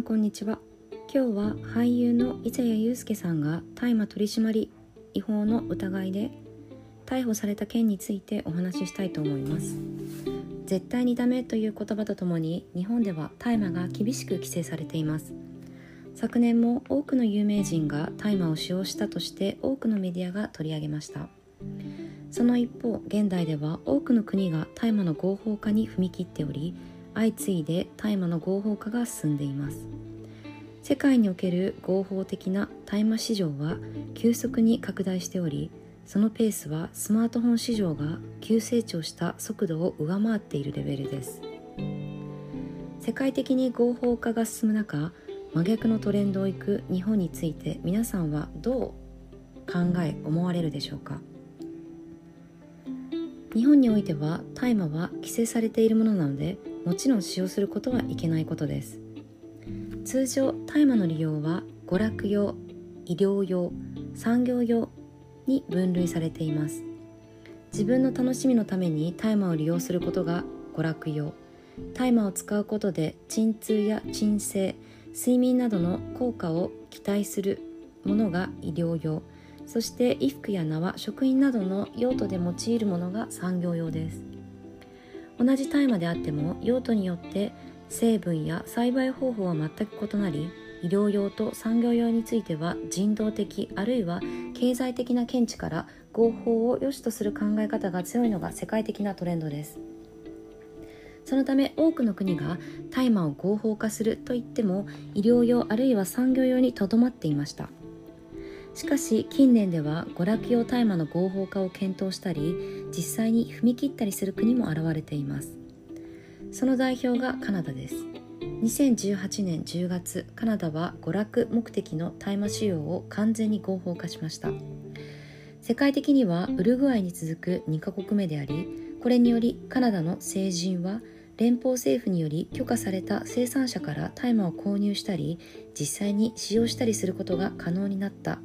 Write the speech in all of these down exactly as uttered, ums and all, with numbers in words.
こんにちは。今日は俳優の伊佐谷友介さんが大麻取締違法の疑いで逮捕された件についてお話ししたいと思います。絶対にダメという言葉とともに日本では大麻が厳しく規制されています。昨年も多くの有名人が大麻を使用したとして多くのメディアが取り上げました。その一方、現代では多くの国が大麻の合法化に踏み切っており、相次いで大麻の合法化が進んでいます。世界における合法的な大麻市場は急速に拡大しており、そのペースはスマートフォン市場が急成長した速度を上回っているレベルです。世界的に合法化が進む中、真逆のトレンドをいく日本について皆さんはどう考え思われるでしょうか。日本においては大麻は規制されているものなので、もちろん使用することはいけないことです。通常大麻の利用は娯楽用、医療用、産業用に分類されています。自分の楽しみのために大麻を利用することが娯楽用、大麻を使うことで鎮痛や鎮静、睡眠などの効果を期待するものが医療用、そして衣服や縄、食品などの用途で用いるものが産業用です。同じ大麻であっても用途によって成分や栽培方法は全く異なり、医療用と産業用については人道的あるいは経済的な見地から合法を良しとする考え方が強いのが世界的なトレンドです。そのため多くの国が大麻を合法化すると言っても医療用あるいは産業用にとどまっていました。しかし近年では娯楽用大麻の合法化を検討したり、実際に踏み切ったりする国も現れています。その代表がカナダです。にせんじゅうはちねんじゅうがつ、カナダは娯楽目的の大麻使用を完全に合法化しました。世界的にはウルグアイに続くにカ国目であり、これによりカナダの成人は連邦政府により許可された生産者から大麻を購入したり、実際に使用したりすることが可能になった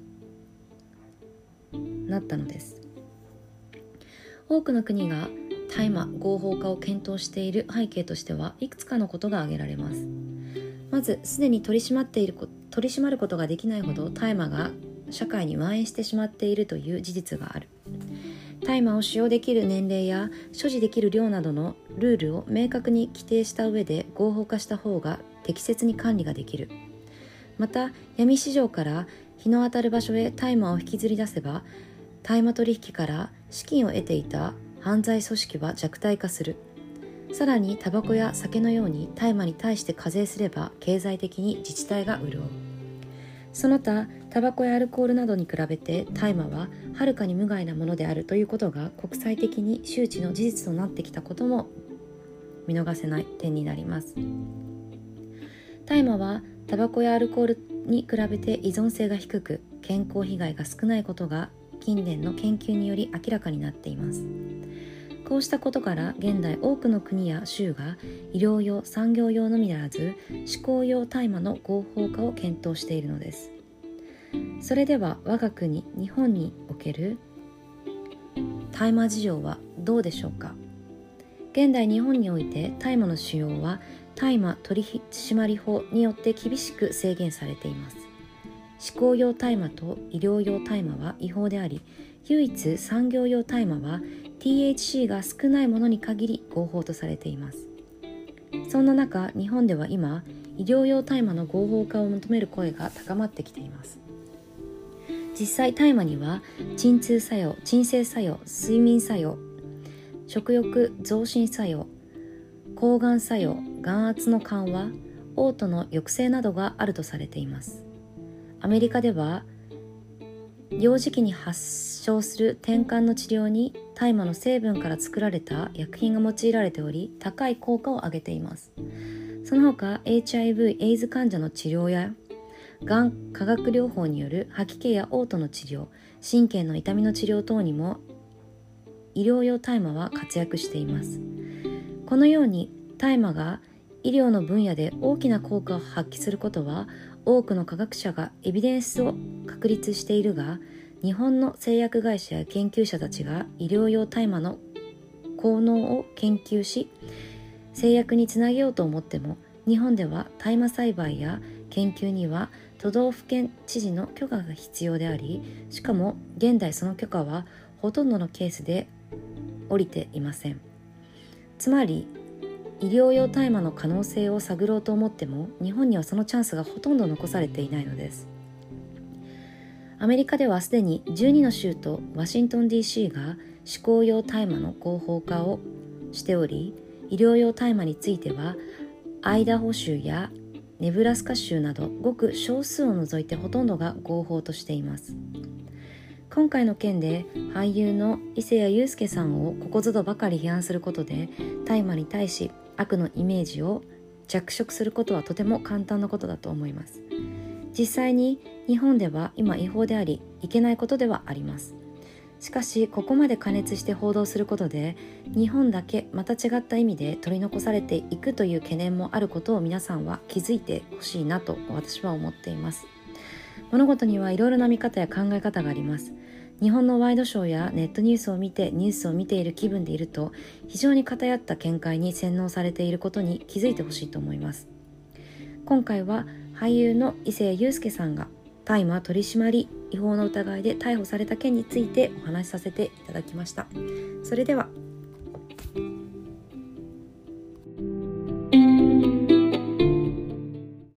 なったのです。多くの国が大麻合法化を検討している背景としてはいくつかのことが挙げられます。まず、すでに取り締まっている取り締まることができないほど大麻が社会に蔓延してしまっているという事実がある。大麻を使用できる年齢や所持できる量などのルールを明確に規定した上で合法化した方が適切に管理ができる。また、闇市場から日の当たる場所へ大麻を引きずり出せば、大麻取引から資金を得ていた犯罪組織は弱体化する。さらにタバコや酒のように大麻に対して課税すれば経済的に自治体が潤う。その他、タバコやアルコールなどに比べて大麻ははるかに無害なものであるということが国際的に周知の事実となってきたことも見逃せない点になります。大麻はタバコやアルコールに比べて依存性が低く、健康被害が少ないことが近年の研究により明らかになっています。こうしたことから現代多くの国や州が医療用、産業用のみならず嗜好用大麻の合法化を検討しているのです。それでは我が国日本における大麻事情はどうでしょうか。現代日本において大麻の使用は大麻取締法によって厳しく制限されています。嗜好用大麻と医療用大麻は違法であり、唯一産業用大麻は ティーエイチシー が少ないものに限り合法とされています。そんな中、日本では今医療用大麻の合法化を求める声が高まってきています。実際大麻には鎮痛作用、鎮静作用、睡眠作用、食欲増進作用、抗がん作用、眼圧の緩和、嘔吐の抑制などがあるとされています。アメリカでは幼児期に発症する転換の治療に大麻の成分から作られた薬品が用いられており、高い効果を上げています。その他 エイチアイブイ エイズ患者の治療やがん化学療法による吐き気や嘔吐の治療、神経の痛みの治療等にも医療用大麻は活躍しています。このように大麻が医療の分野で大きな効果を発揮することは多くの科学者がエビデンスを確立しているが、日本の製薬会社や研究者たちが医療用大麻の効能を研究し製薬につなげようと思っても日本では大麻栽培や研究には都道府県知事の許可が必要であり、しかも現在その許可はほとんどのケースで下りていません。つまり医療用大麻の可能性を探ろうと思っても、日本にはそのチャンスがほとんど残されていないのです。アメリカではすでにじゅうにの州とワシントン ディーシー が施行用大麻の合法化をしており、医療用大麻についてはアイダホ州やネブラスカ州などごく少数を除いてほとんどが合法としています。今回の件で俳優の伊勢谷友介さんをここぞとばかり批判することで、大麻に対し悪のイメージを着色することはとても簡単なことだと思います。実際に日本では今違法であり、いけないことではあります。しかしここまで過熱して報道することで、日本だけまた違った意味で取り残されていくという懸念もあることを皆さんは気づいてほしいなと私は思っています。物事にはいろいろな見方や考え方があります。日本のワイドショーやネットニュースを見てニュースを見ている気分でいると、非常に偏った見解に洗脳されていることに気づいてほしいと思います。今回は俳優の伊勢谷友介さんが大麻取締違法の疑いで逮捕された件についてお話しさせていただきました。それでは。